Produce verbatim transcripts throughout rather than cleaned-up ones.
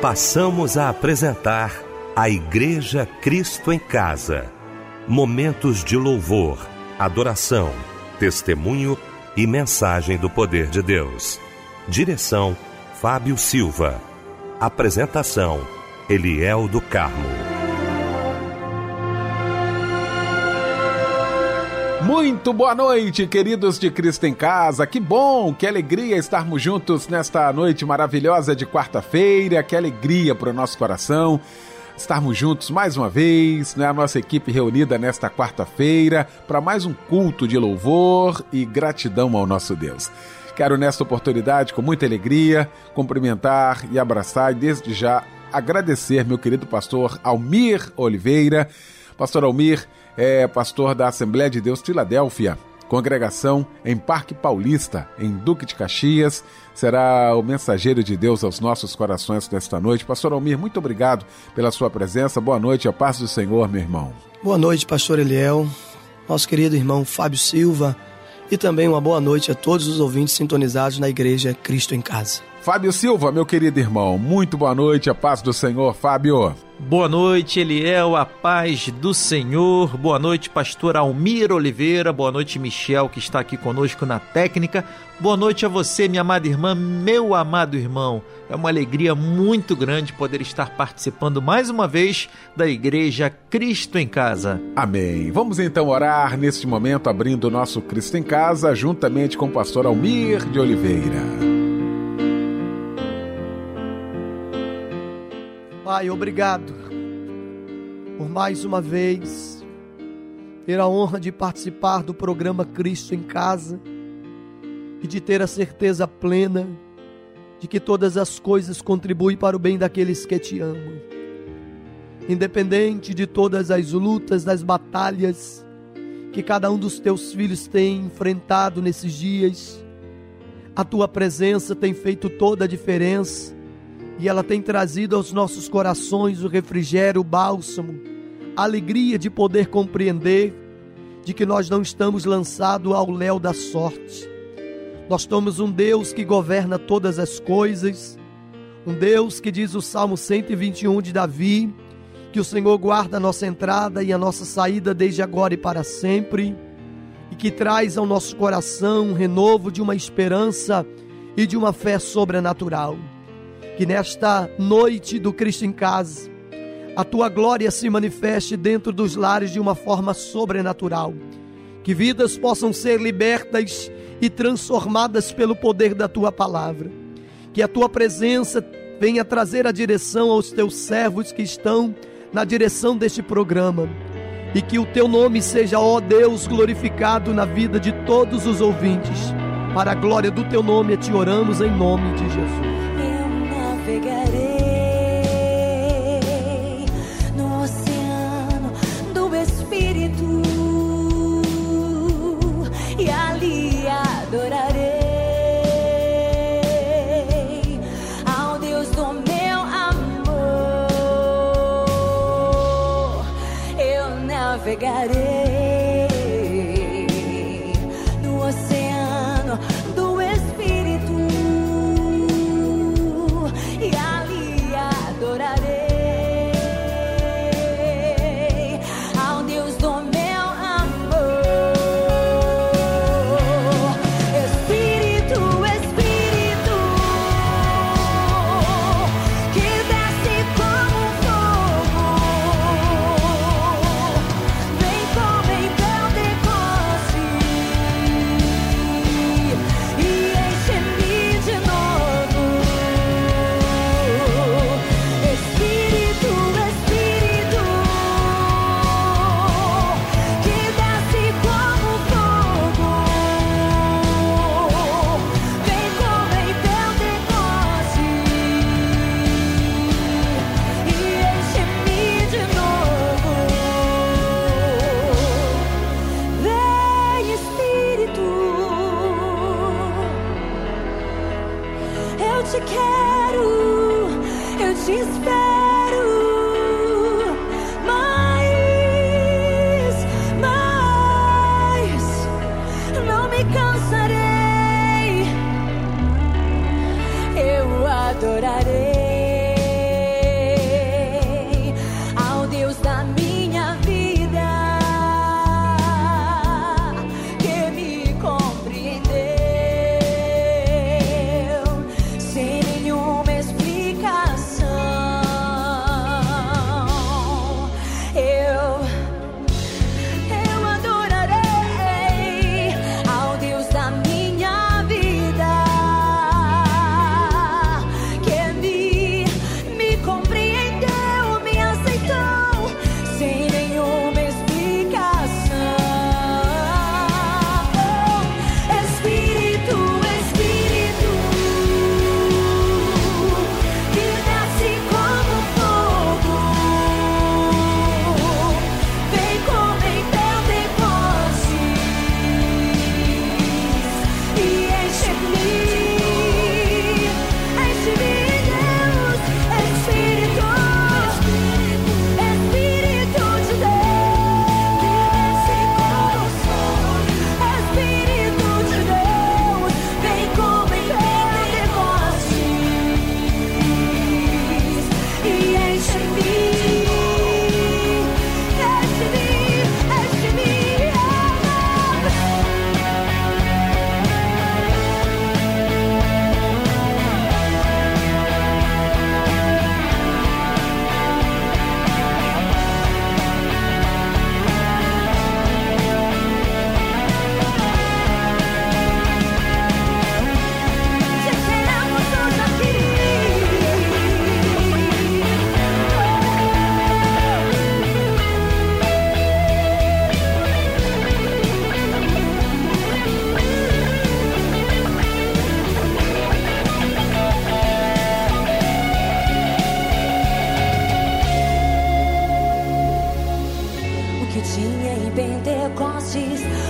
Passamos a apresentar a Igreja Cristo em Casa. Momentos de louvor, adoração, testemunho e mensagem do poder de Deus. Direção, Fábio Silva. Apresentação, Eliel do Carmo. Muito boa noite, queridos de Cristo em Casa. Que bom, que alegria estarmos juntos nesta noite maravilhosa de quarta-feira. Que alegria para o nosso coração estarmos juntos mais uma vez, né? A nossa equipe reunida nesta quarta-feira para mais um culto de louvor e gratidão ao nosso Deus. Quero nesta oportunidade, com muita alegria, cumprimentar e abraçar e desde já agradecer meu querido pastor Almir Oliveira. Pastor Almir é pastor da Assembleia de Deus Filadélfia, congregação em Parque Paulista, em Duque de Caxias. Será o mensageiro de Deus aos nossos corações nesta noite. Pastor Almir, muito obrigado pela sua presença. Boa noite, a paz do Senhor, meu irmão. Boa noite, pastor Eliel, nosso querido irmão Fábio Silva, e também uma boa noite a todos os ouvintes sintonizados na Igreja Cristo em Casa. Fábio Silva, meu querido irmão, muito boa noite, a paz do Senhor, Fábio. Boa noite, Eliel, a paz do Senhor. Boa noite, pastor Almir Oliveira. Boa noite, Michel, que está aqui conosco na técnica. Boa noite a você, minha amada irmã, meu amado irmão. É uma alegria muito grande poder estar participando mais uma vez da Igreja Cristo em Casa. Amém. Vamos então orar neste momento, abrindo o nosso Cristo em Casa, juntamente com o pastor Almir de Oliveira. Pai, obrigado por mais uma vez ter a honra de participar do programa Cristo em Casa e de ter a certeza plena de que todas as coisas contribuem para o bem daqueles que te amam. Independente de todas as lutas, das batalhas que cada um dos teus filhos tem enfrentado nesses dias, a tua presença tem feito toda a diferença. E ela tem trazido aos nossos corações o refrigério, o bálsamo, a alegria de poder compreender de que nós não estamos lançados ao léu da sorte. Nós temos um Deus que governa todas as coisas, um Deus que diz o Salmo cento e vinte e um de Davi, que o Senhor guarda a nossa entrada e a nossa saída desde agora e para sempre, e que traz ao nosso coração um renovo de uma esperança e de uma fé sobrenatural. Que nesta noite do Cristo em Casa, a tua glória se manifeste dentro dos lares de uma forma sobrenatural. Que vidas possam ser libertas e transformadas pelo poder da tua palavra. Que a tua presença venha trazer a direção aos teus servos que estão na direção deste programa. E que o teu nome seja, ó Deus, glorificado na vida de todos os ouvintes. Para a glória do teu nome, te oramos em nome de Jesus. Navegarei no oceano do Espírito e ali adorarei ao Deus do meu amor. Eu navegarei no oceano do Espírito e ali adorarei ao Deus do meu amor. Espírito, Espírito, que desce como fogo, vem como em Pentecoste e enche-me de novo. Espírito, Espírito, que desce como fogo, vem como em Pentecoste e enche-me de novo. Vem, Espírito, eu te quero, eu te espero, mais, mais, não me cansarei, eu adorarei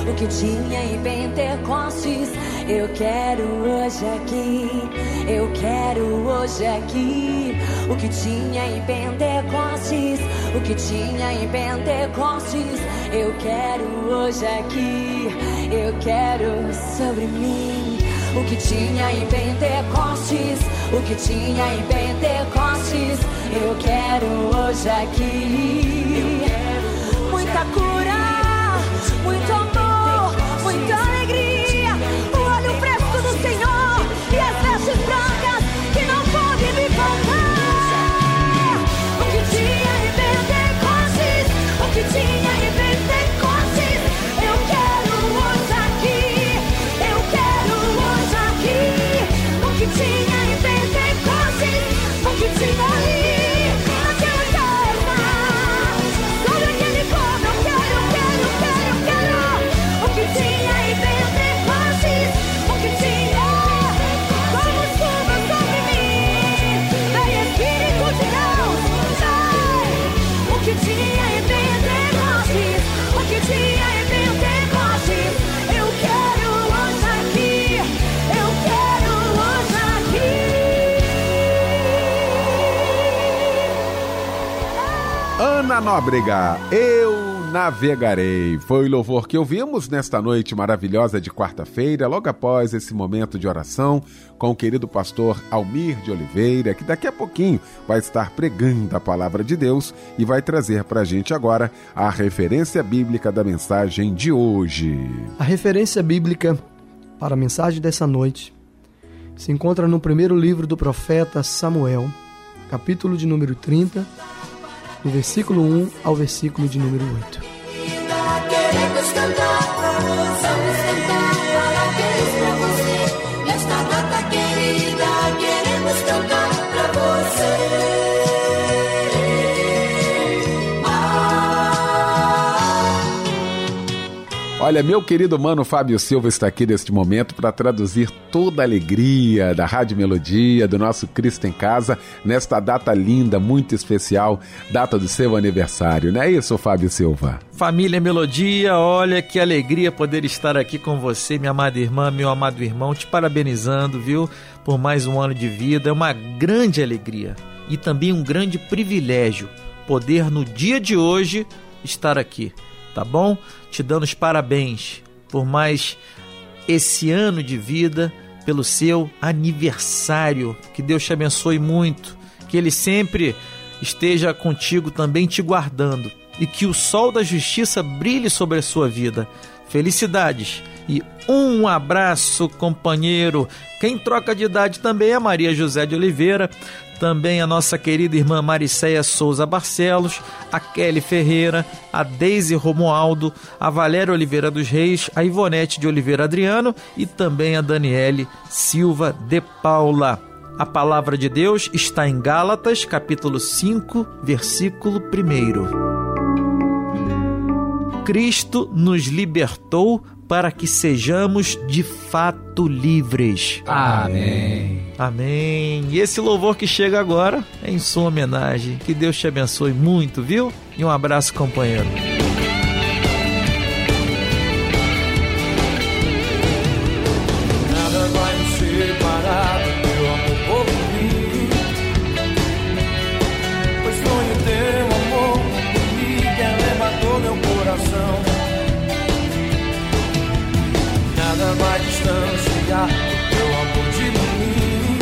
o que tinha em Pentecostes. Eu quero hoje aqui, eu quero hoje aqui, o que tinha em Pentecostes, o que tinha em Pentecostes. Eu quero hoje aqui, eu quero sobre mim, o que tinha em Pentecostes, o que tinha em Pentecostes. Eu quero hoje aqui, muita cura, muito amor, muita alegria, o olho fresco do Senhor e as vestes brancas que não podem me faltar. O que tinha em Pentecostes, o que tinha em Pentecostes. Eu quero hoje aqui, eu quero hoje aqui, o que tinha em Pentecostes, o que tinha ali. Ana Nóbrega, eu navegarei. Foi o louvor que ouvimos nesta noite maravilhosa de quarta-feira, logo após esse momento de oração com o querido pastor Almir de Oliveira, que daqui a pouquinho vai estar pregando a palavra de Deus e vai trazer para a gente agora a referência bíblica da mensagem de hoje. A referência bíblica para a mensagem dessa noite se encontra no primeiro livro do profeta Samuel, capítulo de número trinta, do versículo um ao versículo de número oito. Queremos cantar, vamos cantar, parabéns pra você. Nesta data querida, queremos cantar pra você. Olha, meu querido mano Fábio Silva está aqui neste momento para traduzir toda a alegria da Rádio Melodia, do nosso Cristo em Casa, nesta data linda, muito especial, data do seu aniversário. Não é isso, Fábio Silva? Família Melodia, olha que alegria poder estar aqui com você, minha amada irmã, meu amado irmão, te parabenizando, viu, por mais um ano de vida. É uma grande alegria e também um grande privilégio poder, no dia de hoje, estar aqui. Tá bom? Te dando os parabéns por mais esse ano de vida, pelo seu aniversário. Que Deus te abençoe muito, que Ele sempre esteja contigo também te guardando e que o sol da justiça brilhe sobre a sua vida. Felicidades e um abraço, companheiro. Quem troca de idade também é a Maria José de Oliveira, também a nossa querida irmã Maricéia Souza Barcelos, a Kelly Ferreira, a Deise Romualdo, a Valéria Oliveira dos Reis, a Ivonete de Oliveira Adriano e também a Daniele Silva de Paula. A palavra de Deus está em Gálatas, capítulo cinco, versículo um. Cristo nos libertou para que sejamos de fato livres. Amém. Amém. E esse louvor que chega agora é em sua homenagem. Que Deus te abençoe muito, viu? E um abraço, companheiro. Nada vai nos separar do teu amor por mim, pois foi o teu amor por mim que arrebatou meu coração. Nada vai distanciar o teu amor de mim,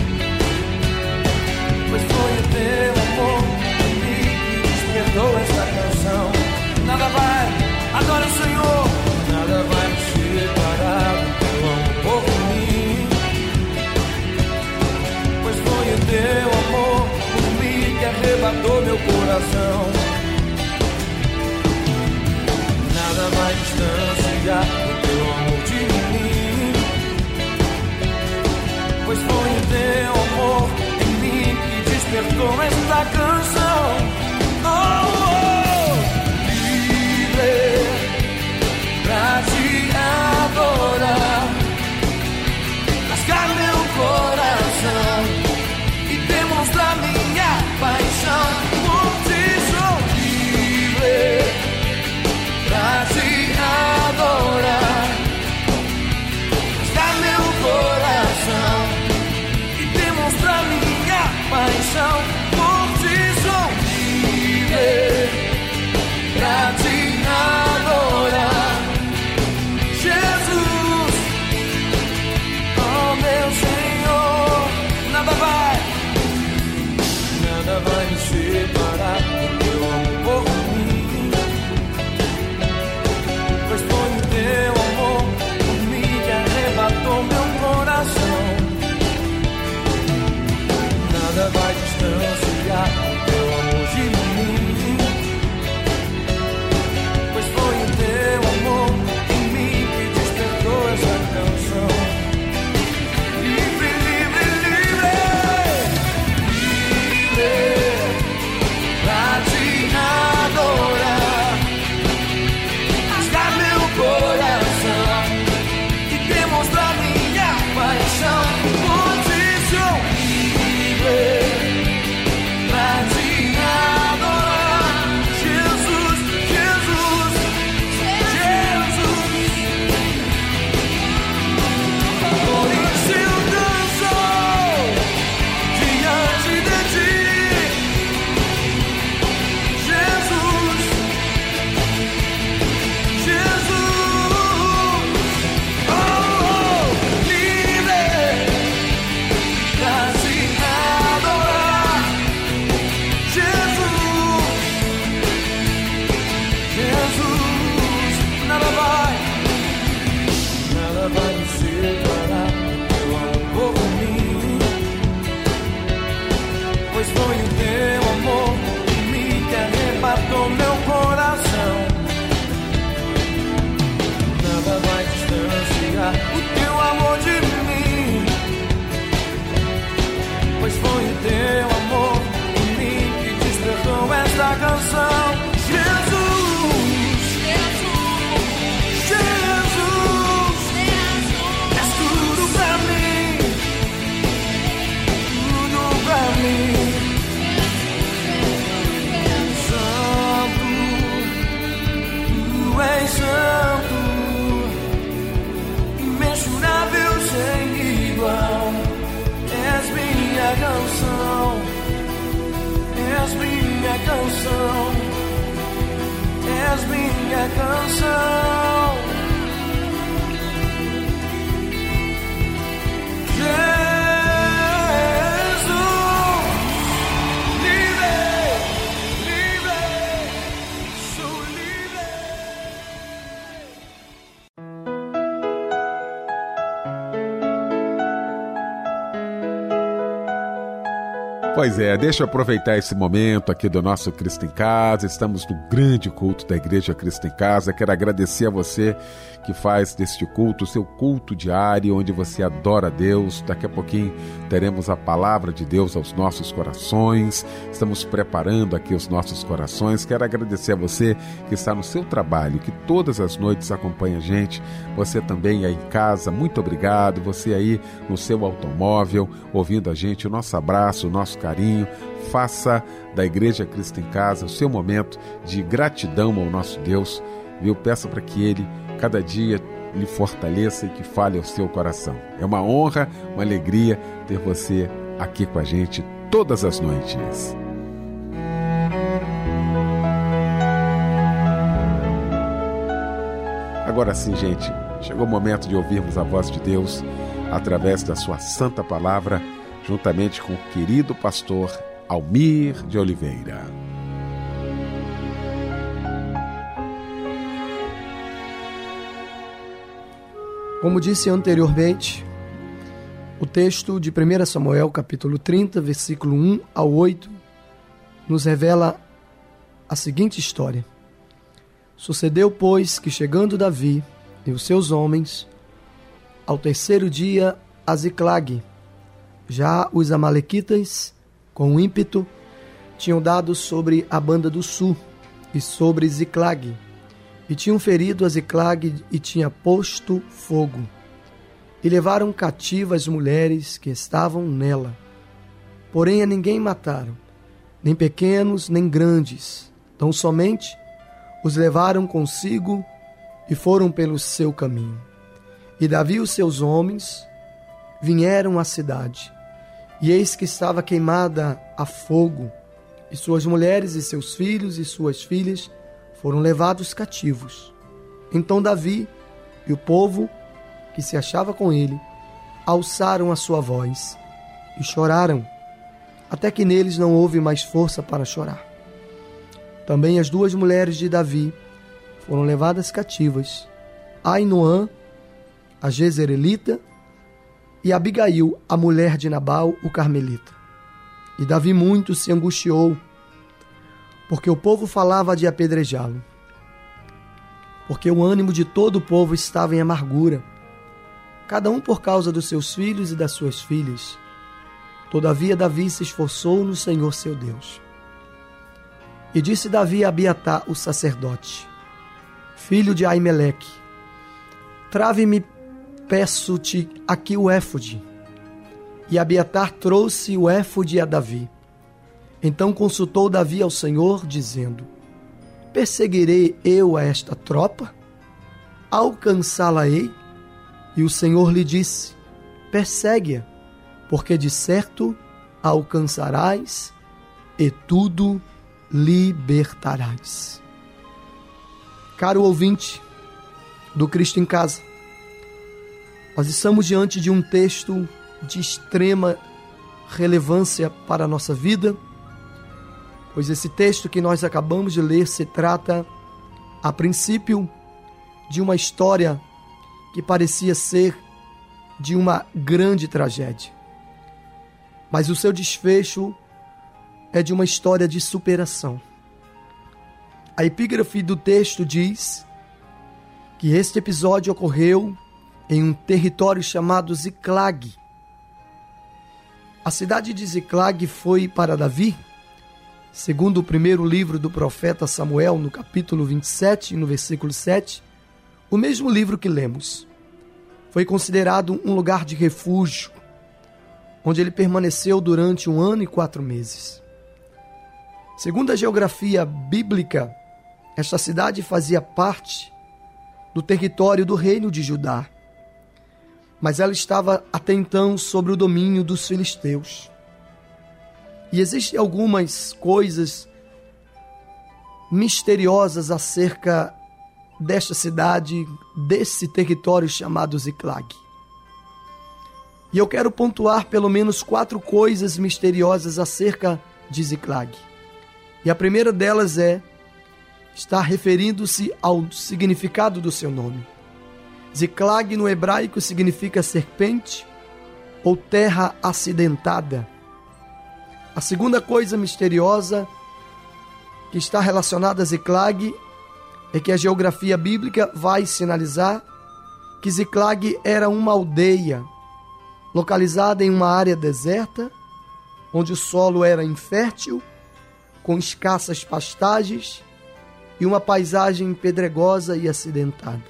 pois foi o teu amor por mim que despertou esta canção. Nada vai, adora o Senhor, nada vai nos separar do teu amor por mim, pois foi o teu amor por mim que arrebatou meu coração. Nada vai distanciar o teu amor de mim, pois foi o teu amor em mim que despertou esta canção. Oh, oh, livre pra te adorar, rasgar meu coração e demonstrar minha paixão por ti. Sou livre pra te adorar, separar do amor por mim. Pois foi o teu amor em mim que arrebatou meu coração. Nada vai distanciar o teu amor de mim. Pois foi o teu amor em mim que despertou esta canção. Canção, és minha canção, és minha canção. Jesus, livre, livre, sou livre. Pois é, deixa eu aproveitar esse momento aqui do nosso Cristo em Casa. Estamos no grande culto da Igreja Cristo em Casa. Quero agradecer a você que faz deste culto o seu culto diário, onde você adora a Deus. Daqui a pouquinho teremos a palavra de Deus aos nossos corações. Estamos preparando aqui os nossos corações. Quero agradecer a você que está no seu trabalho, que todas as noites acompanha a gente. Você também aí em casa, muito obrigado. Você aí no seu automóvel, ouvindo a gente, o nosso abraço, o nosso carinho. carinho, faça da Igreja Cristo em Casa o seu momento de gratidão ao nosso Deus, viu? Peça para que Ele, cada dia, lhe fortaleça e que fale ao seu coração. É uma honra, uma alegria ter você aqui com a gente todas as noites. Agora sim, gente, chegou o momento de ouvirmos a voz de Deus através da sua santa palavra, juntamente com o querido pastor Almir de Oliveira. Como disse anteriormente, o texto de primeiro Samuel, capítulo trinta, versículo um ao oito, nos revela a seguinte história. Sucedeu, pois, que chegando Davi e os seus homens, ao terceiro dia a Ziclague, já os amalequitas, com ímpeto, tinham dado sobre a banda do sul e sobre Ziclague, e tinham ferido a Ziclague e tinha posto fogo. E levaram cativas as mulheres que estavam nela. Porém a ninguém mataram, nem pequenos nem grandes, tão somente os levaram consigo e foram pelo seu caminho. E Davi e os seus homens vieram à cidade. E eis que estava queimada a fogo, e suas mulheres e seus filhos e suas filhas foram levados cativos. Então Davi e o povo que se achava com ele alçaram a sua voz e choraram, até que neles não houve mais força para chorar. Também as duas mulheres de Davi foram levadas cativas, Ainoã, a Jezreelita, e Abigail, a mulher de Nabal, o carmelita. E Davi muito se angustiou, porque o povo falava de apedrejá-lo. Porque o ânimo de todo o povo estava em amargura, cada um por causa dos seus filhos e das suas filhas. Todavia Davi se esforçou no Senhor seu Deus. E disse Davi a Abiatar, o sacerdote, filho de Aimeleque: Trave-me, peço-te, aqui o éfode. E Abiatar trouxe o éfode a Davi. Então consultou Davi ao Senhor, dizendo: Perseguirei eu a esta tropa? Alcançá-la-ei? E o Senhor lhe disse: Persegue-a, porque de certo a alcançarás e tudo libertarás. Caro ouvinte do Cristo em Casa, nós estamos diante de um texto de extrema relevância para a nossa vida, pois esse texto que nós acabamos de ler se trata, a princípio, de uma história que parecia ser de uma grande tragédia. Mas o seu desfecho é de uma história de superação. A epígrafe do texto diz que este episódio ocorreu em um território chamado Ziclag. A cidade de Ziclag foi para Davi, segundo o primeiro livro do profeta Samuel, no capítulo vinte e sete, no versículo sete, o mesmo livro que lemos. Foi considerado um lugar de refúgio, onde ele permaneceu durante um ano e quatro meses. Segundo a geografia bíblica, esta cidade fazia parte do território do reino de Judá, mas ela estava até então sob o domínio dos filisteus. E existem algumas coisas misteriosas acerca desta cidade, desse território chamado Ziclag. E eu quero pontuar pelo menos quatro coisas misteriosas acerca de Ziclag. E a primeira delas é estar referindo-se ao significado do seu nome. Ziclag no hebraico significa serpente ou terra acidentada. A segunda coisa misteriosa que está relacionada a Ziclag é que a geografia bíblica vai sinalizar que Ziclag era uma aldeia localizada em uma área deserta, onde o solo era infértil, com escassas pastagens e uma paisagem pedregosa e acidentada.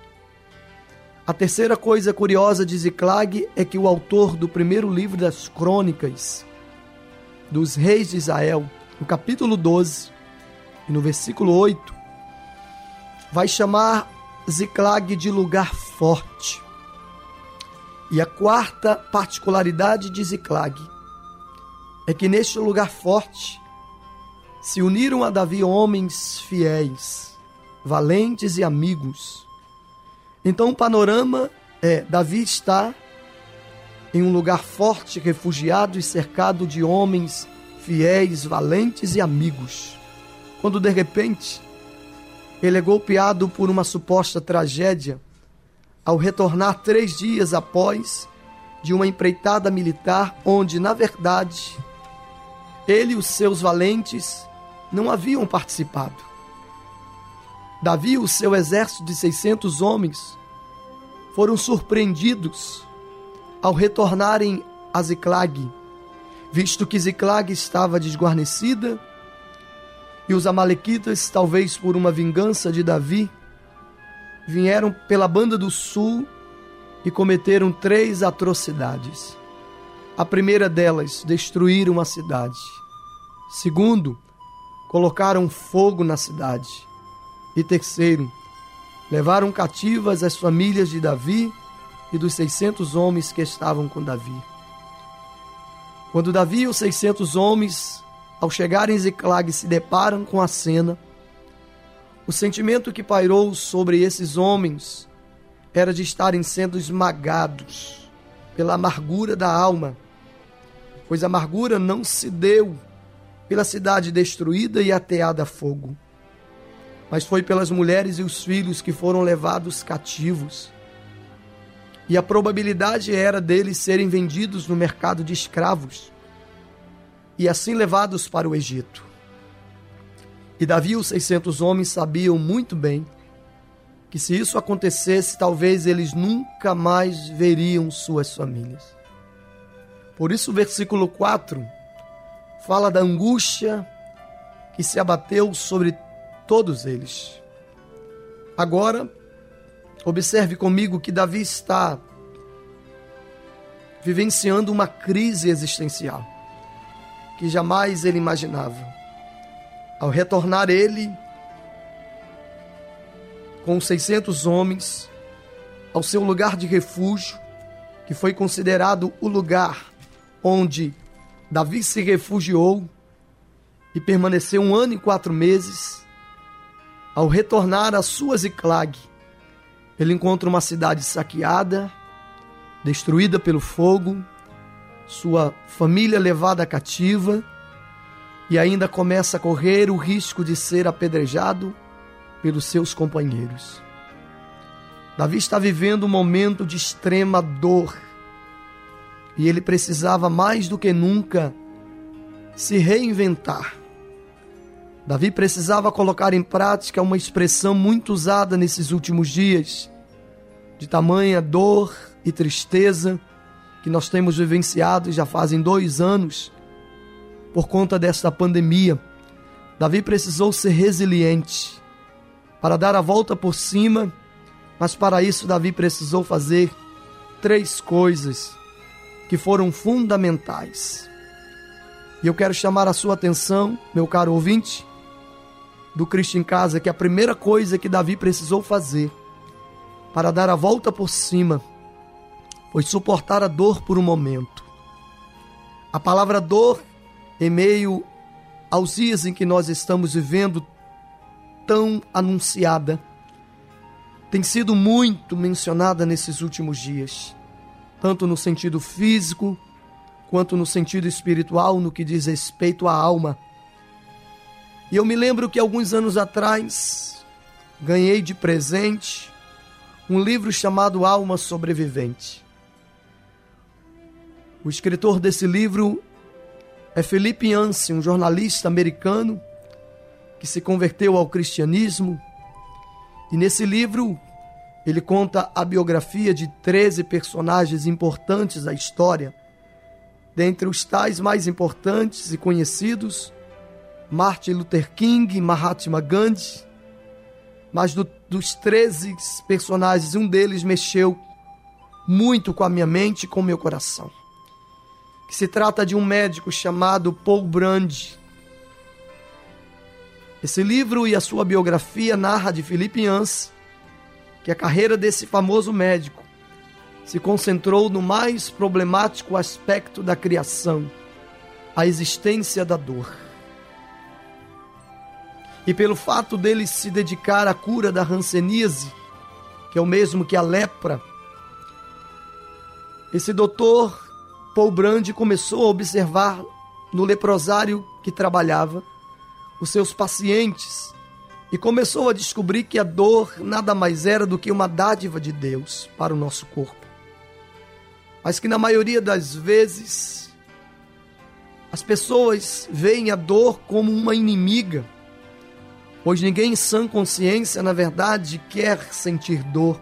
A terceira coisa curiosa de Ziclag é que o autor do primeiro livro das Crônicas dos Reis de Israel, no capítulo doze e no versículo oito, vai chamar Ziclag de lugar forte. E a quarta particularidade de Ziclag é que neste lugar forte se uniram a Davi homens fiéis, valentes e amigos. Então o panorama é: Davi está em um lugar forte, refugiado e cercado de homens fiéis, valentes e amigos, quando de repente ele é golpeado por uma suposta tragédia ao retornar três dias após de uma empreitada militar onde, na verdade, ele e os seus valentes não haviam participado. Davi e o seu exército de seiscentos homens foram surpreendidos ao retornarem a Ziclag, visto que Ziclag estava desguarnecida e os amalequitas, talvez por uma vingança de Davi, vieram pela banda do sul e cometeram três atrocidades. A primeira delas, destruíram a cidade. Segundo, colocaram fogo na cidade. E terceiro, levaram cativas as famílias de Davi e dos seiscentos homens que estavam com Davi. Quando Davi e os seiscentos homens, ao chegarem em Ziclag, se deparam com a cena, o sentimento que pairou sobre esses homens era de estarem sendo esmagados pela amargura da alma, pois a amargura não se deu pela cidade destruída e ateada a fogo, mas foi pelas mulheres e os filhos que foram levados cativos. E a probabilidade era deles serem vendidos no mercado de escravos e assim levados para o Egito. E Davi e os seiscentos homens sabiam muito bem que se isso acontecesse, talvez eles nunca mais veriam suas famílias. Por isso o versículo quatro fala da angústia que se abateu sobre todos eles. Agora, observe comigo que Davi está vivenciando uma crise existencial que jamais ele imaginava. Ao retornar ele, com seiscentos homens, ao seu lugar de refúgio, que foi considerado o lugar onde Davi se refugiou e permaneceu um ano e quatro meses, ao retornar à sua Ziclag, ele encontra uma cidade saqueada, destruída pelo fogo, sua família levada cativa, e ainda começa a correr o risco de ser apedrejado pelos seus companheiros. Davi está vivendo um momento de extrema dor. E ele precisava mais do que nunca se reinventar. Davi precisava colocar em prática uma expressão muito usada nesses últimos dias, de tamanha dor e tristeza que nós temos vivenciado já fazem dois anos por conta desta pandemia. Davi precisou ser resiliente para dar a volta por cima, mas para isso Davi precisou fazer três coisas que foram fundamentais. E eu quero chamar a sua atenção, meu caro ouvinte, do Cristo em Casa, que a primeira coisa que Davi precisou fazer para dar a volta por cima foi suportar a dor por um momento. A palavra dor, em meio aos dias em que nós estamos vivendo, tão anunciada, tem sido muito mencionada nesses últimos dias, tanto no sentido físico, quanto no sentido espiritual, no que diz respeito à alma. E eu me lembro que alguns anos atrás, ganhei de presente um livro chamado Alma Sobrevivente. O escritor desse livro é Philip Yancey, um jornalista americano que se converteu ao cristianismo. E nesse livro ele conta a biografia de treze personagens importantes da história. Dentre os tais mais importantes e conhecidos, Martin Luther King, Mahatma Gandhi. Mas do, dos treze personagens, um deles mexeu muito com a minha mente e com o meu coração. Que se trata de um médico chamado Paul Brand. Esse livro e a sua biografia narra de Philip Yancey que a carreira desse famoso médico se concentrou no mais problemático aspecto da criação, a existência da dor. E pelo fato dele se dedicar à cura da hanseníase, que é o mesmo que a lepra, esse doutor Paul Brand começou a observar no leprosário que trabalhava os seus pacientes e começou a descobrir que a dor nada mais era do que uma dádiva de Deus para o nosso corpo. Mas que na maioria das vezes as pessoas veem a dor como uma inimiga, pois ninguém em sã consciência, na verdade, quer sentir dor.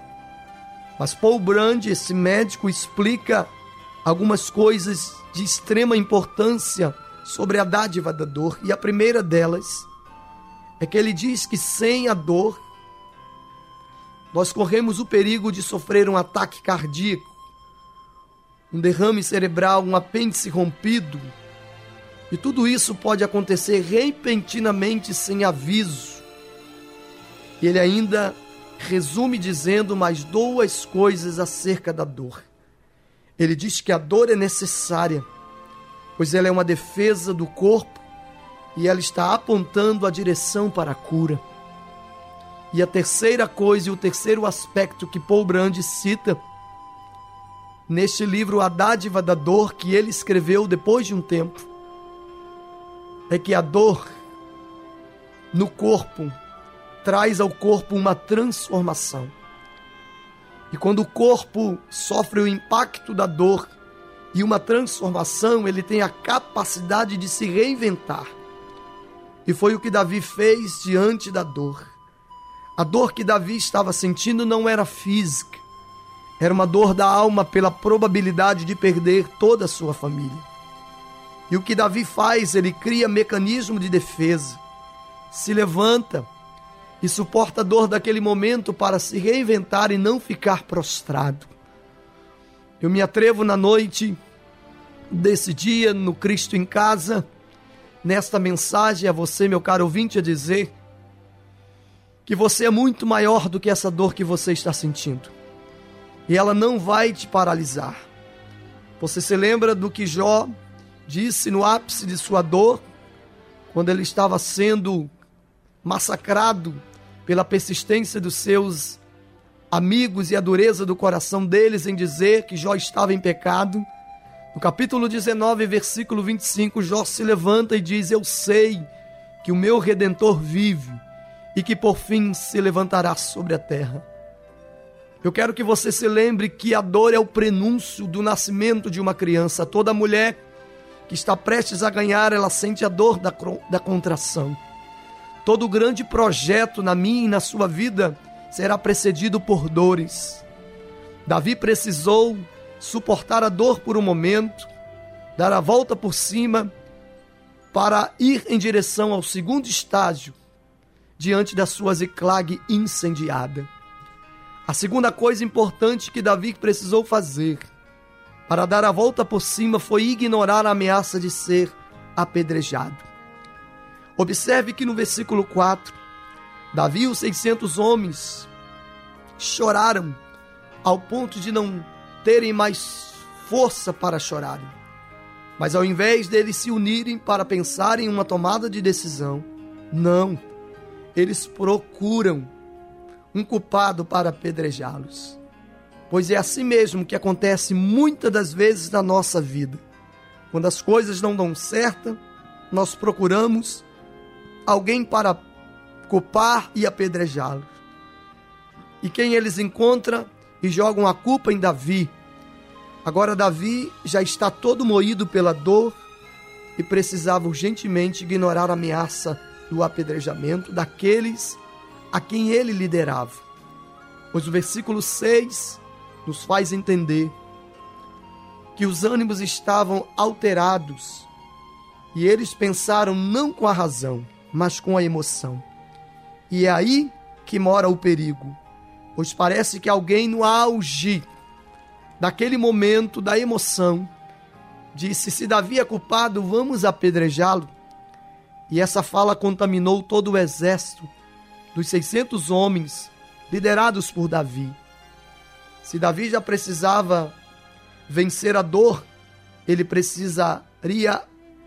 Mas Paul Brand, esse médico, explica algumas coisas de extrema importância sobre a dádiva da dor. E a primeira delas é que ele diz que sem a dor, nós corremos o perigo de sofrer um ataque cardíaco, um derrame cerebral, um apêndice rompido. E tudo isso pode acontecer repentinamente, sem aviso. E ele ainda resume dizendo mais duas coisas acerca da dor. Ele diz que a dor é necessária, pois ela é uma defesa do corpo e ela está apontando a direção para a cura. E a terceira coisa e o terceiro aspecto que Paul Brand cita neste livro A Dádiva da Dor, que ele escreveu depois de um tempo, é que a dor no corpo traz ao corpo uma transformação. E quando o corpo sofre o impacto da dor e uma transformação, ele tem a capacidade de se reinventar. E foi o que Davi fez diante da dor. A dor que Davi estava sentindo não era física, era uma dor da alma pela probabilidade de perder toda a sua família. E o que Davi faz? Ele cria mecanismo de defesa, se levanta e suporta a dor daquele momento para se reinventar e não ficar prostrado. Eu me atrevo na noite desse dia, no Cristo em Casa, nesta mensagem a você, meu caro ouvinte, a dizer que você é muito maior do que essa dor que você está sentindo. E ela não vai te paralisar. Você se lembra do que Jó disse no ápice de sua dor, quando ele estava sendo massacrado pela persistência dos seus amigos e a dureza do coração deles em dizer que Jó estava em pecado? No capítulo dezenove, versículo vinte e cinco, Jó se levanta e diz: eu sei que o meu Redentor vive e que por fim se levantará sobre a terra. Eu quero que você se lembre que a dor é o prenúncio do nascimento de uma criança. Toda mulher que está prestes a ganhar, ela sente a dor da, da contração. Todo grande projeto na minha e na sua vida será precedido por dores. Davi precisou suportar a dor por um momento, dar a volta por cima, para ir em direção ao segundo estágio, diante da sua Ziclag incendiada. A segunda coisa importante que Davi precisou fazer para dar a volta por cima foi ignorar a ameaça de ser apedrejado. Observe que no versículo quatro, Davi e os seiscentos homens choraram ao ponto de não terem mais força para chorarem. Mas ao invés deles se unirem para pensar em uma tomada de decisão, não, eles procuram um culpado para apedrejá-los. Pois é assim mesmo que acontece muitas das vezes na nossa vida. Quando as coisas não dão certo, nós procuramos alguém para culpar e apedrejá-los. E quem eles encontram e jogam a culpa em Davi. Agora Davi já está todo moído pela dor e precisava urgentemente ignorar a ameaça do apedrejamento daqueles a quem ele liderava. Pois o versículo seis nos faz entender que os ânimos estavam alterados e eles pensaram não com a razão, mas com a emoção. E é aí que mora o perigo, pois parece que alguém no auge daquele momento da emoção disse: se Davi é culpado, vamos apedrejá-lo. E essa fala contaminou todo o exército dos seiscentos homens liderados por Davi. Se Davi já precisava vencer a dor, ele precisaria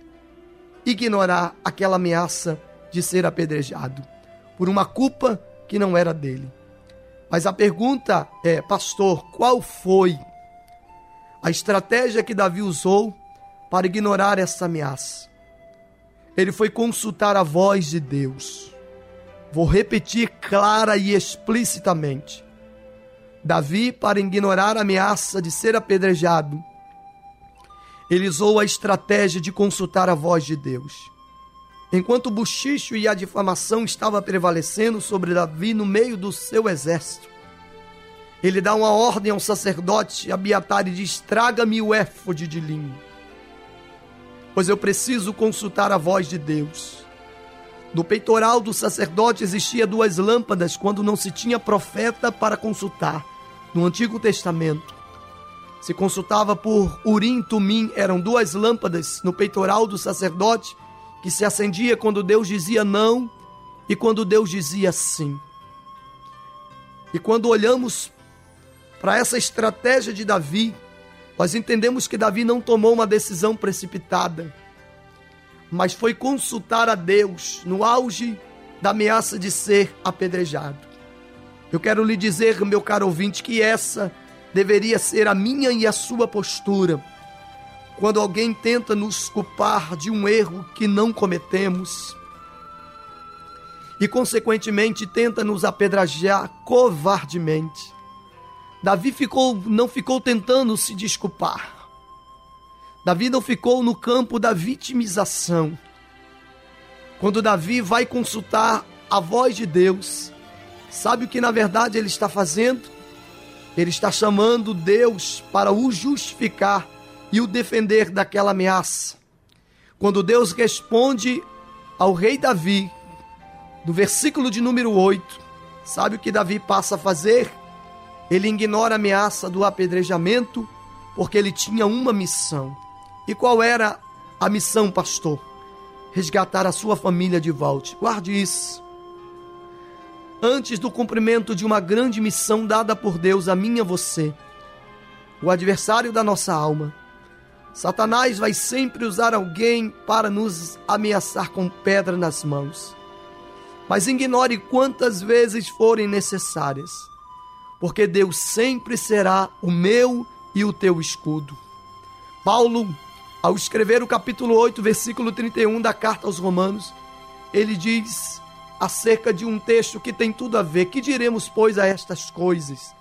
ignorar aquela ameaça de ser apedrejado por uma culpa que não era dele. Mas a pergunta é: pastor, qual foi a estratégia que Davi usou para ignorar essa ameaça? Ele foi consultar a voz de Deus. Vou repetir clara e explicitamente. Davi, para ignorar a ameaça de ser apedrejado, ele usou a estratégia de consultar a voz de Deus. Enquanto o bochicho e a difamação estavam prevalecendo sobre Davi no meio do seu exército, ele dá uma ordem ao sacerdote Abiatar e diz: traga-me o éfode de linho, pois eu preciso consultar a voz de Deus. No peitoral do sacerdote existia duas lâmpadas quando não se tinha profeta para consultar. No Antigo Testamento se consultava por Urim e Tumim, eram duas lâmpadas no peitoral do sacerdote que se acendia quando Deus dizia não e quando Deus dizia sim. E quando olhamos para essa estratégia de Davi, nós entendemos que Davi não tomou uma decisão precipitada, mas foi consultar a Deus no auge da ameaça de ser apedrejado. Eu quero lhe dizer, meu caro ouvinte, que essa deveria ser a minha e a sua postura quando alguém tenta nos culpar de um erro que não cometemos e, consequentemente, tenta nos apedrejar covardemente. Davi ficou, não ficou tentando se desculpar. Davi não ficou no campo da vitimização. Quando Davi vai consultar a voz de Deus, sabe o que na verdade ele está fazendo? Ele está chamando Deus para o justificar e o defender daquela ameaça. Quando Deus responde ao rei Davi, no versículo de número oito, sabe o que Davi passa a fazer? Ele ignora a ameaça do apedrejamento, porque ele tinha uma missão. E qual era a missão, pastor? Resgatar a sua família de volta. Guarde isso. Antes do cumprimento de uma grande missão dada por Deus a mim e a você, o adversário da nossa alma, Satanás vai sempre usar alguém para nos ameaçar com pedra nas mãos. Mas ignore quantas vezes forem necessárias, porque Deus sempre será o meu e o teu escudo. Paulo, ao escrever o capítulo oito, versículo trinta e um da carta aos Romanos, ele diz acerca de um texto que tem tudo a ver: que diremos, pois, a estas coisas?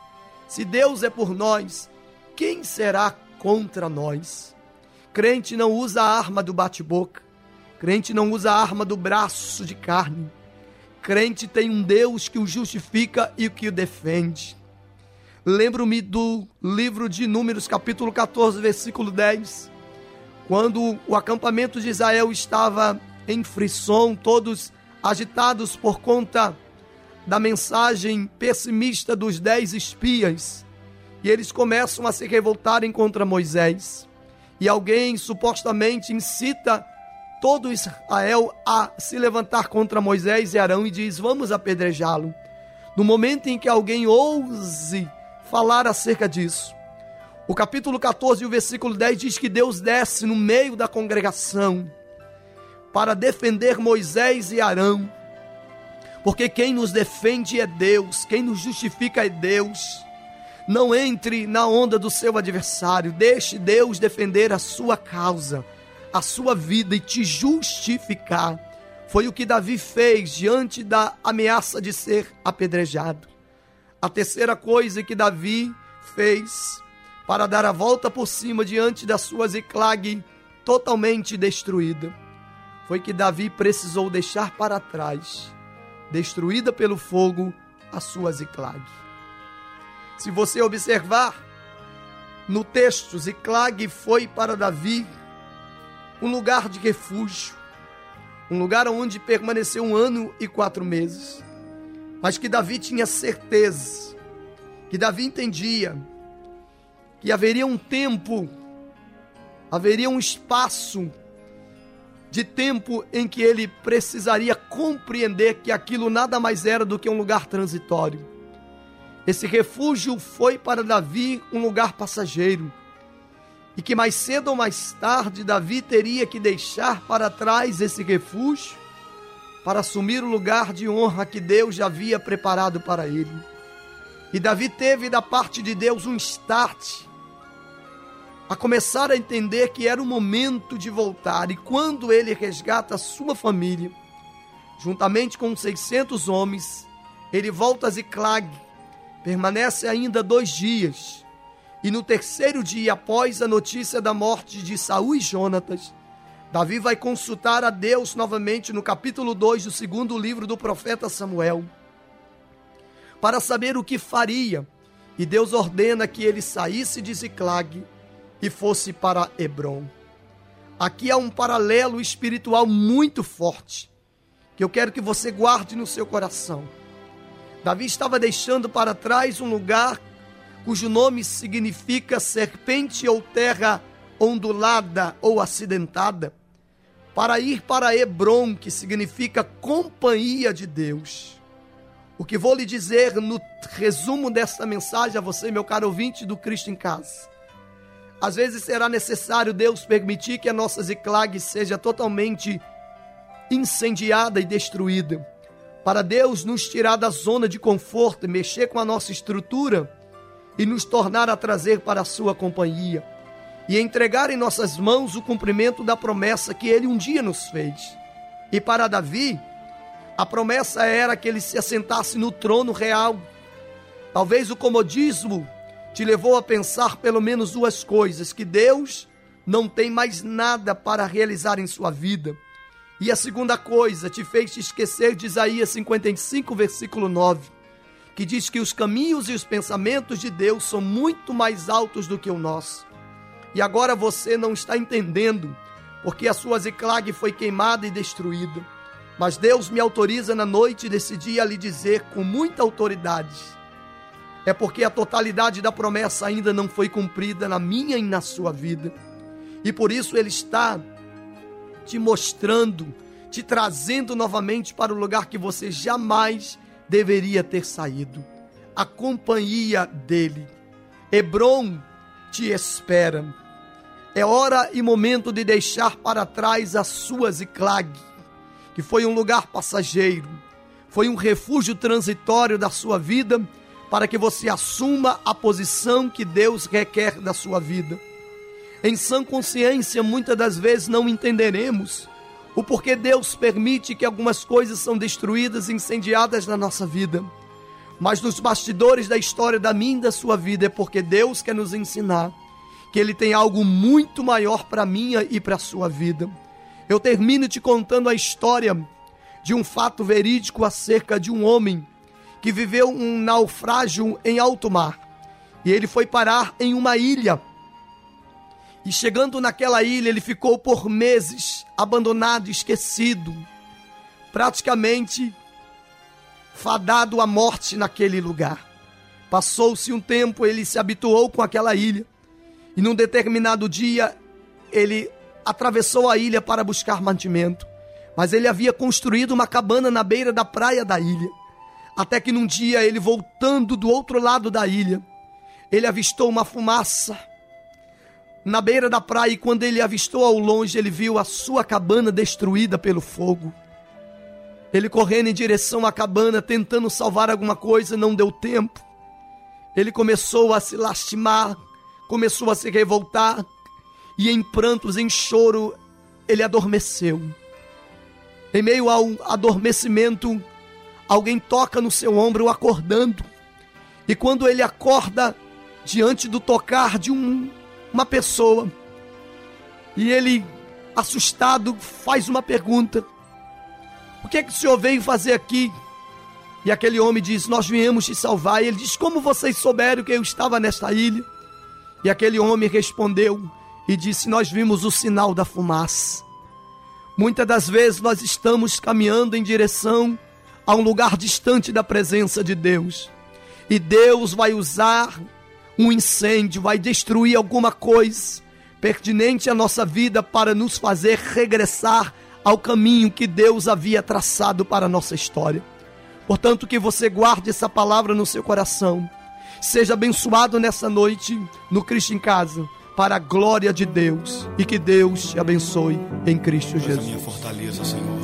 Se Deus é por nós, quem será contra nós? Crente não usa a arma do bate-boca. Crente não usa a arma do braço de carne. Crente tem um Deus que o justifica e que o defende. Lembro-me do livro de Números, capítulo catorze, versículo dez. Quando o acampamento de Israel estava em Frisson, todos agitados por conta da mensagem pessimista dos dez espias, e eles começam a se revoltarem contra Moisés, e alguém supostamente incita todo Israel a se levantar contra Moisés e Arão e diz: vamos apedrejá-lo. No momento em que alguém ouse falar acerca disso, o capítulo catorze, o versículo dez diz que Deus desce no meio da congregação para defender Moisés e Arão, porque quem nos defende é Deus, quem nos justifica é Deus. Não entre na onda do seu adversário, deixe Deus defender a sua causa, a sua vida e te justificar. Foi o que Davi fez diante da ameaça de ser apedrejado. A terceira coisa que Davi fez para dar a volta por cima diante da sua Ziclague totalmente destruída, foi que Davi precisou deixar para trás, destruída pelo fogo, a sua Ziclague. Se você observar no texto, Ziclague foi para Davi um lugar de refúgio, um lugar onde permaneceu um ano e quatro meses, mas que Davi tinha certeza, que Davi entendia que haveria um tempo, haveria um espaço de tempo em que ele precisaria compreender que aquilo nada mais era do que um lugar transitório. Esse refúgio foi para Davi um lugar passageiro, e que mais cedo ou mais tarde Davi teria que deixar para trás esse refúgio para assumir o lugar de honra que Deus já havia preparado para ele. E Davi teve da parte de Deus um start, a começar a entender que era o momento de voltar. E quando ele resgata a sua família, juntamente com seiscentos homens, ele volta a Ziclague, permanece ainda dois dias, e no terceiro dia, após a notícia da morte de Saul e Jonatas, Davi vai consultar a Deus novamente no capítulo dois do segundo livro do profeta Samuel, para saber o que faria, e Deus ordena que ele saísse de Ziclague e fosse para Hebrom. Aqui há um paralelo espiritual muito forte, que eu quero que você guarde no seu coração. Davi estava deixando para trás um lugar cujo nome significa serpente ou terra ondulada ou acidentada, para ir para Hebrom, que significa companhia de Deus. O que vou lhe dizer no resumo desta mensagem a você, meu caro ouvinte do Cristo em Casa: às vezes será necessário Deus permitir que a nossa Ziclague seja totalmente incendiada e destruída, para Deus nos tirar da zona de conforto, mexer com a nossa estrutura e nos tornar a trazer para a sua companhia e entregar em nossas mãos o cumprimento da promessa que ele um dia nos fez. E para Davi, a promessa era que ele se assentasse no trono real. Talvez o comodismo te levou a pensar pelo menos duas coisas: que Deus não tem mais nada para realizar em sua vida, e a segunda coisa te fez te esquecer de Isaías cinquenta e cinco, versículo nove, que diz que os caminhos e os pensamentos de Deus são muito mais altos do que o nosso. E agora você não está entendendo, porque a sua Ziclague foi queimada e destruída. Mas Deus me autoriza na noite desse dia a lhe dizer com muita autoridade: é porque a totalidade da promessa ainda não foi cumprida na minha e na sua vida. E por isso Ele está te mostrando, te trazendo novamente para o lugar que você jamais deveria ter saído. A companhia dEle. Hebrom te espera. É hora e momento de deixar para trás a sua Ziclague, que foi um lugar passageiro, foi um refúgio transitório da sua vida, para que você assuma a posição que Deus requer da sua vida. Em sã consciência, muitas das vezes não entenderemos o porquê Deus permite que algumas coisas são destruídas e incendiadas na nossa vida. mas nos bastidores da história da minha e da sua vida, é porque Deus quer nos ensinar que Ele tem algo muito maior para a minha e para a sua vida. Eu termino te contando a história de um fato verídico acerca de um homem que viveu um naufrágio em alto mar. E ele foi parar em uma ilha. E chegando naquela ilha, ele ficou por meses abandonado, esquecido, praticamente fadado à morte naquele lugar. Passou-se um tempo, ele se habituou com aquela ilha. E num determinado dia, ele atravessou a ilha para buscar mantimento. Mas ele havia construído uma cabana na beira da praia da ilha. Até que num dia, ele voltando do outro lado da ilha, ele avistou uma fumaça na beira da praia. E quando ele avistou ao longe, ele viu a sua cabana destruída pelo fogo. Ele correndo em direção à cabana, tentando salvar alguma coisa, não deu tempo. Ele começou a se lastimar, começou a se revoltar, e em prantos, em choro, ele adormeceu. Em meio ao adormecimento, alguém toca no seu ombro, acordando. E quando ele acorda, diante do tocar de um, uma pessoa, e ele, assustado, faz uma pergunta: o que é que o senhor veio fazer aqui? E aquele homem diz: nós viemos te salvar. E ele diz: como vocês souberam que eu estava nesta ilha? E aquele homem respondeu e disse: nós vimos o sinal da fumaça. Muitas das vezes nós estamos caminhando em direção a um lugar distante da presença de Deus. E Deus vai usar um incêndio, vai destruir alguma coisa pertinente à nossa vida para nos fazer regressar ao caminho que Deus havia traçado para a nossa história. Portanto, que você guarde essa palavra no seu coração. Seja abençoado nessa noite no Cristo em Casa, para a glória de Deus. E que Deus te abençoe em Cristo Jesus. Tu és a minha fortaleza, Senhor.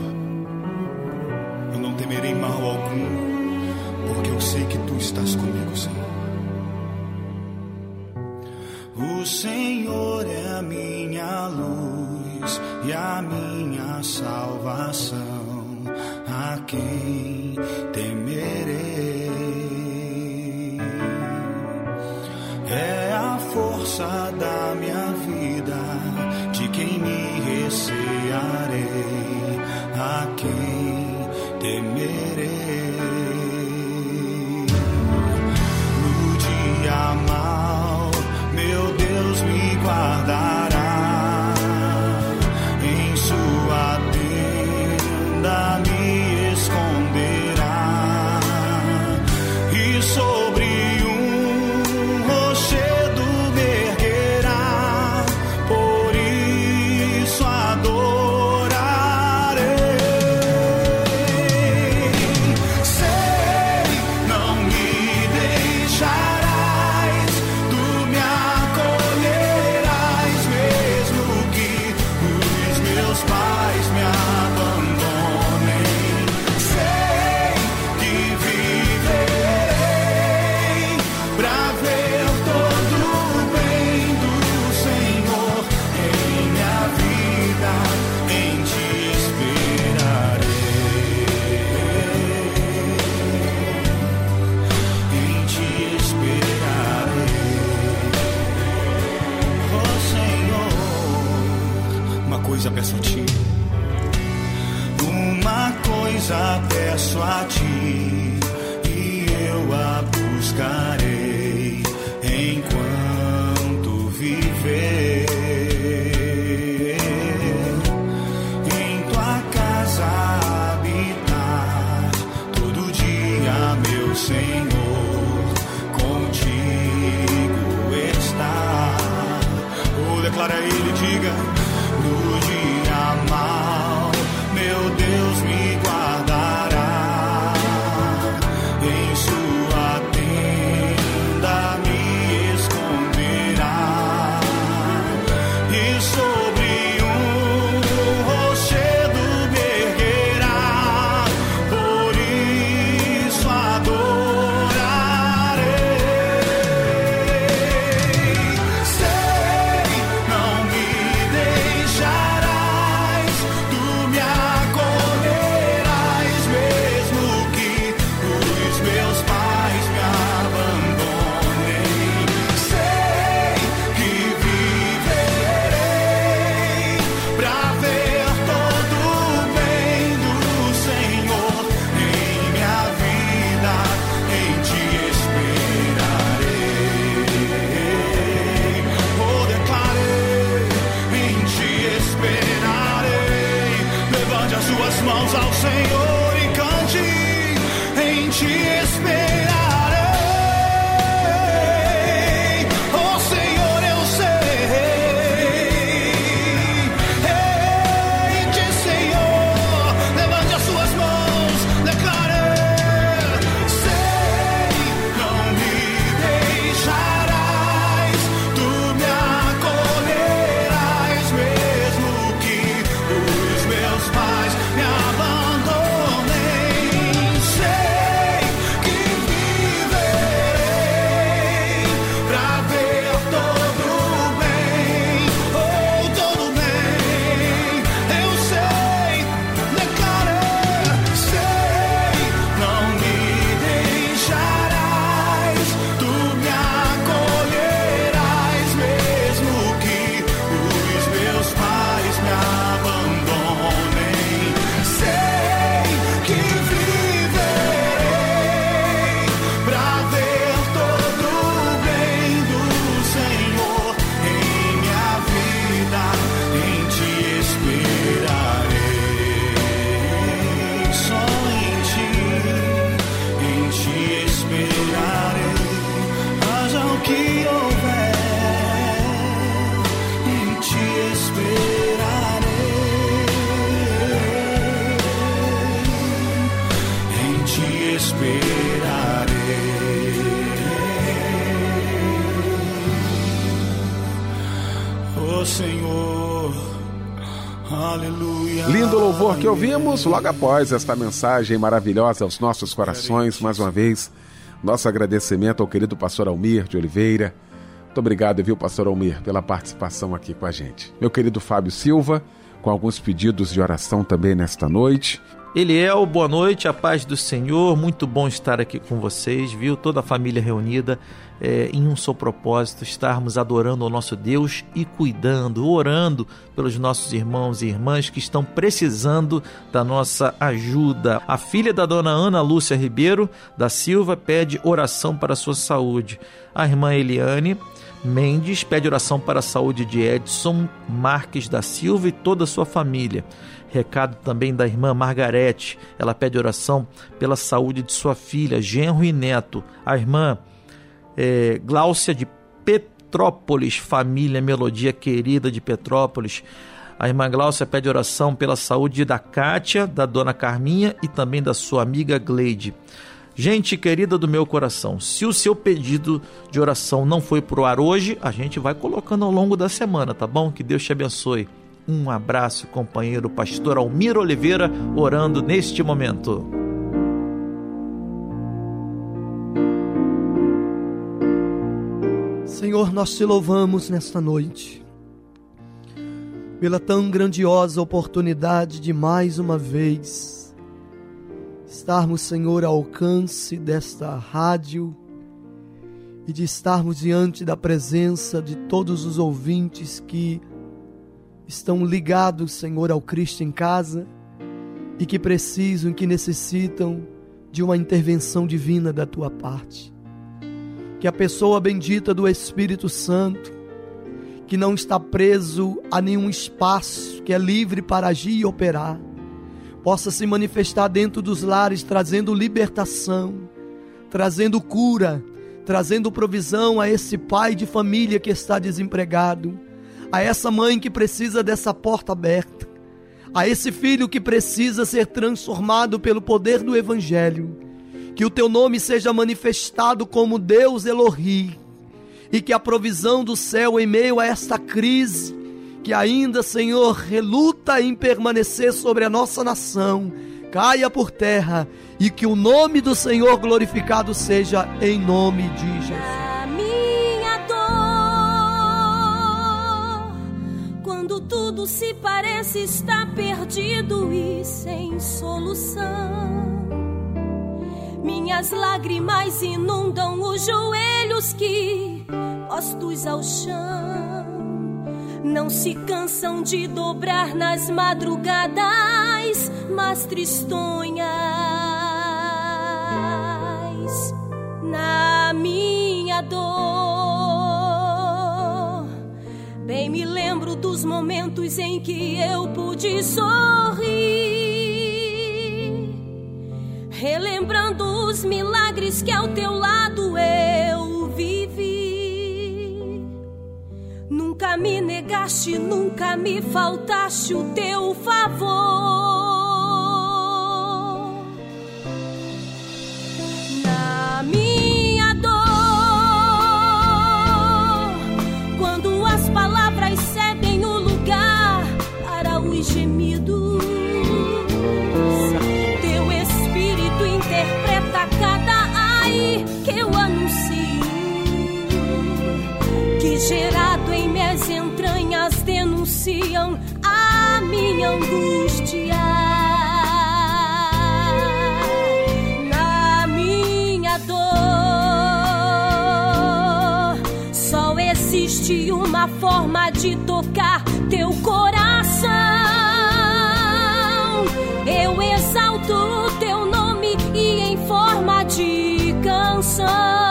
Eu não temerei mal algum, porque eu sei que Tu estás comigo, Senhor. O Senhor é a minha luz e a minha salvação. A quem temerei? É a força da minha vida, de quem me recearei. A quem temerei? No dia mau, meu Deus me guardará. Em sua tenda me esconderá. E sobre um rochedo me erguerá. Por isso adorarei. Sei, não me deixarás. Tu me acolherás, mesmo que os meus pais me abandonem. Sei que viverei pra ver todo o bem do Senhor em minha vida. Em Ti esperarei. Em Ti esperarei. Oh Senhor, uma coisa peço a Ti. Uma coisa peço a Ti, e eu a buscarei enquanto viver. Em Tua casa habitar todo dia, meu Senhor, contigo estar. Oh, declara Ele, diga: no dia mau, meu Deus me guardará. Em sua tenda me esconderá. E sobre um rochedo me erguerá. Por isso adorarei. Sei, não me ó Senhor. Aleluia. Lindo louvor que ouvimos logo após esta mensagem maravilhosa aos nossos corações. Mais uma vez, nosso agradecimento ao querido pastor Almir de Oliveira. Muito obrigado, viu, pastor Almir, pela participação aqui com a gente. Meu querido Fábio Silva, com alguns pedidos de oração também nesta noite. Eliel, boa noite, a paz do Senhor, muito bom estar aqui com vocês, viu? Toda a família reunida é, em um só propósito, estarmos adorando ao nosso Deus e cuidando, orando pelos nossos irmãos e irmãs que estão precisando da nossa ajuda. A filha da dona Ana Lúcia Ribeiro da Silva pede oração para a sua saúde. A irmã Eliane Mendes pede oração para a saúde de Edson Marques da Silva e toda a sua família. Recado também da irmã Margarete, ela pede oração pela saúde de sua filha, genro e neto. A irmã é, Gláucia de Petrópolis, família Melodia querida de Petrópolis. A irmã Gláucia pede oração pela saúde da Kátia, da dona Carminha e também da sua amiga Gleide. Gente querida do meu coração, se o seu pedido de oração não foi pro ar hoje, a gente vai colocando ao longo da semana, tá bom? Que Deus te abençoe. Um abraço, companheiro pastor Almir Oliveira, orando neste momento. Senhor, nós te louvamos nesta noite pela tão grandiosa oportunidade de mais uma vez estarmos, Senhor, ao alcance desta rádio e de estarmos diante da presença de todos os ouvintes que estão ligados, Senhor, ao Cristo em Casa e que precisam, que necessitam de uma intervenção divina da Tua parte. Que a pessoa bendita do Espírito Santo, que não está preso a nenhum espaço, que é livre para agir e operar, possa se manifestar dentro dos lares, trazendo libertação, trazendo cura, trazendo provisão a esse pai de família que está desempregado, a essa mãe que precisa dessa porta aberta, a esse filho que precisa ser transformado pelo poder do Evangelho. Que o teu nome seja manifestado como Deus Elohi, e que a provisão do céu em meio a esta crise, que ainda, Senhor, reluta em permanecer sobre a nossa nação, caia por terra, e que o nome do Senhor glorificado seja em nome de Jesus. A minha dor, quando tudo se parece estar perdido e sem solução, minhas lágrimas inundam os joelhos que, postos ao chão, não se cansam de dobrar nas madrugadas mais tristonhas. Na minha dor, bem me lembro dos momentos em que eu pude sorrir, relembrando os milagres que ao teu lado eu vivi. Nunca me negaste, nunca me faltaste o teu favor. Na minha dor, quando as palavras cedem o lugar para os gemidos, interpreta cada ai que eu anuncio, que gerado em minhas entranhas denunciam a minha angústia. Na minha dor, só existe uma forma de tocar teu coração. Eu exalto o teu nome e em forma de canção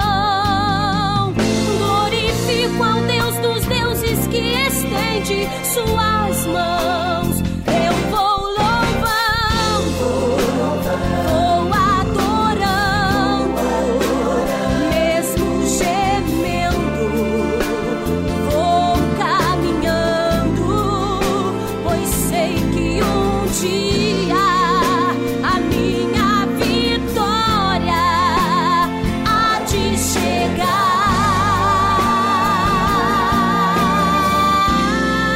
glorifico ao Deus dos deuses que estende suas mãos. Eu vou louvando, vou adorando, mesmo gemendo, vou caminhando, pois sei que um dia a minha vitória há de chegar.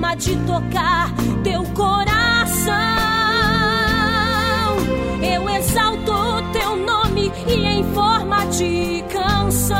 forma de tocar teu coração. Eu exalto teu nome e em forma de canção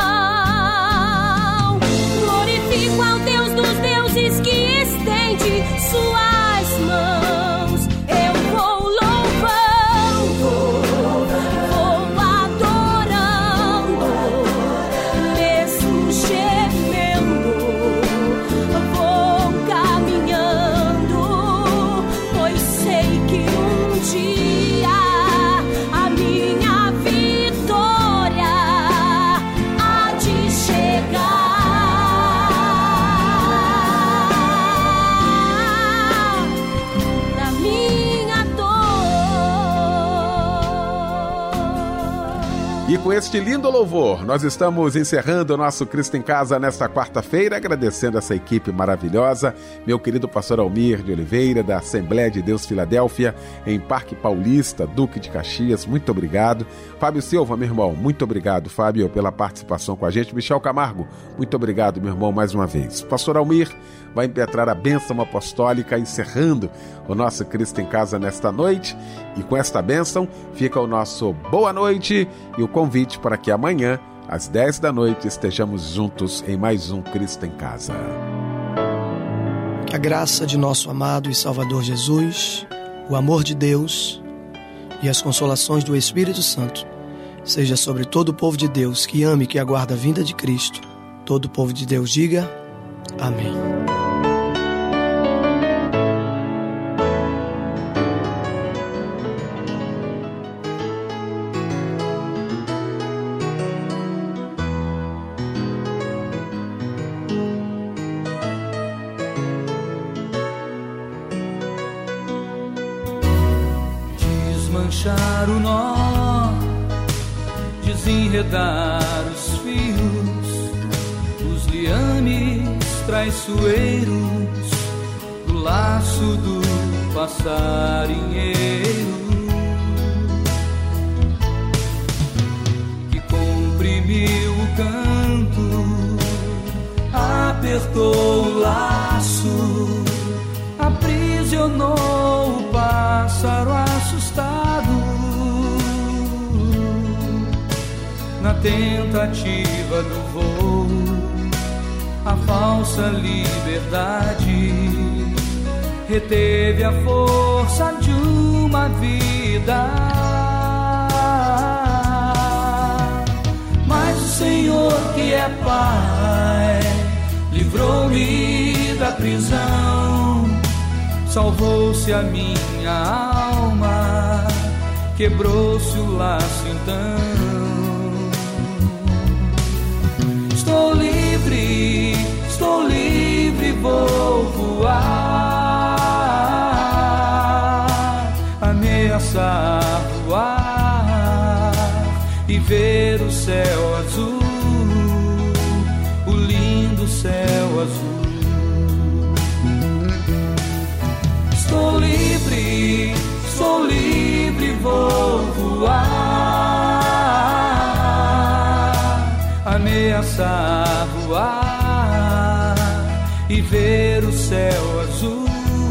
glorifico ao Deus dos deuses que estende suas mãos. Eu vou louvando, vou adorando, mesmo gemendo, vou caminhando, pois sei que um dia a minha vitória há de chegar. E com este lindo louvor, nós estamos encerrando o nosso Cristo em Casa nesta quarta-feira, agradecendo essa equipe maravilhosa, meu querido pastor Almir de Oliveira, da Assembleia de Deus Filadélfia, em Parque Paulista, Duque de Caxias, muito obrigado. Fábio Silva, meu irmão, muito obrigado, Fábio, pela participação com a gente. Michel Camargo, muito obrigado, meu irmão, mais uma vez. Pastor Almir vai impetrar a bênção apostólica, encerrando o nosso Cristo em Casa nesta noite. E com esta bênção fica o nosso boa noite e o convite para que amanhã, às dez da noite, estejamos juntos em mais um Cristo em Casa. Que a graça de nosso amado e Salvador Jesus, o amor de Deus e as consolações do Espírito Santo seja sobre todo o povo de Deus que ame e que aguarda a vinda de Cristo. Todo o povo de Deus diga amém. Desmanchar o nó, desenredar os fios, os liames traiçoeiros do laço do passarinheiro que comprimiu o canto, apertou o laço, aprisionou o pássaro assustado na tentativa do voo. A falsa liberdade reteve a força de uma vida, mas o Senhor que é Pai livrou-me da prisão, salvou-se a minha alma, quebrou-se o laço então. Estou livre, estou livre, vou voar, ameaçar voar e ver o céu azul, o lindo céu azul. Estou livre, estou livre, vou voar, ameaçar voar e ver o céu azul,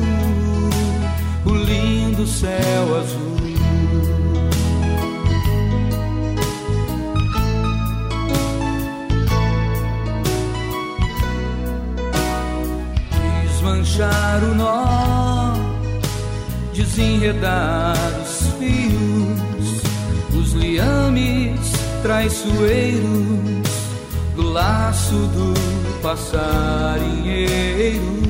o lindo céu azul. Desmanchar o nó, desenredar os fios, os liames traiçoeiros do laço do passarinheiro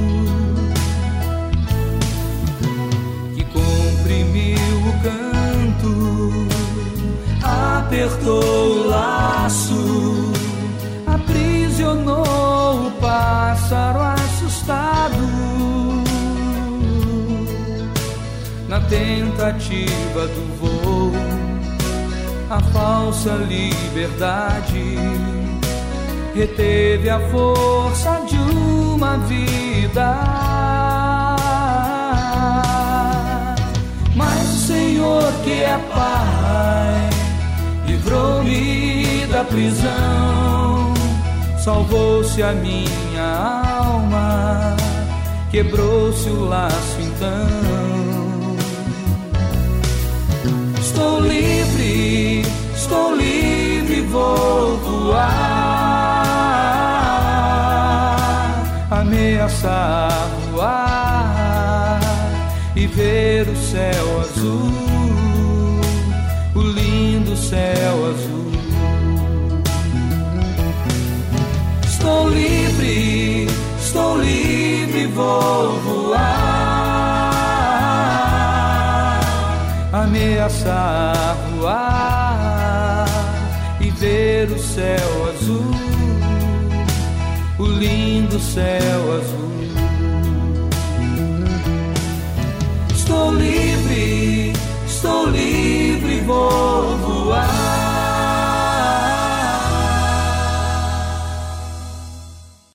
que comprimiu o canto, apertou o laço, aprisionou o pássaro assustado na tentativa do voo. A falsa liberdade reteve a força de uma vida, mas o Senhor que é Pai livrou-me da prisão, salvou-se a minha alma, quebrou-se o laço então. Estou livre, estou livre, vou voar, ameaçar voar e ver o céu azul, o lindo céu azul. Estou livre, estou livre, vou voar, ameaçar voar e ver o céu azul, o lindo céu azul.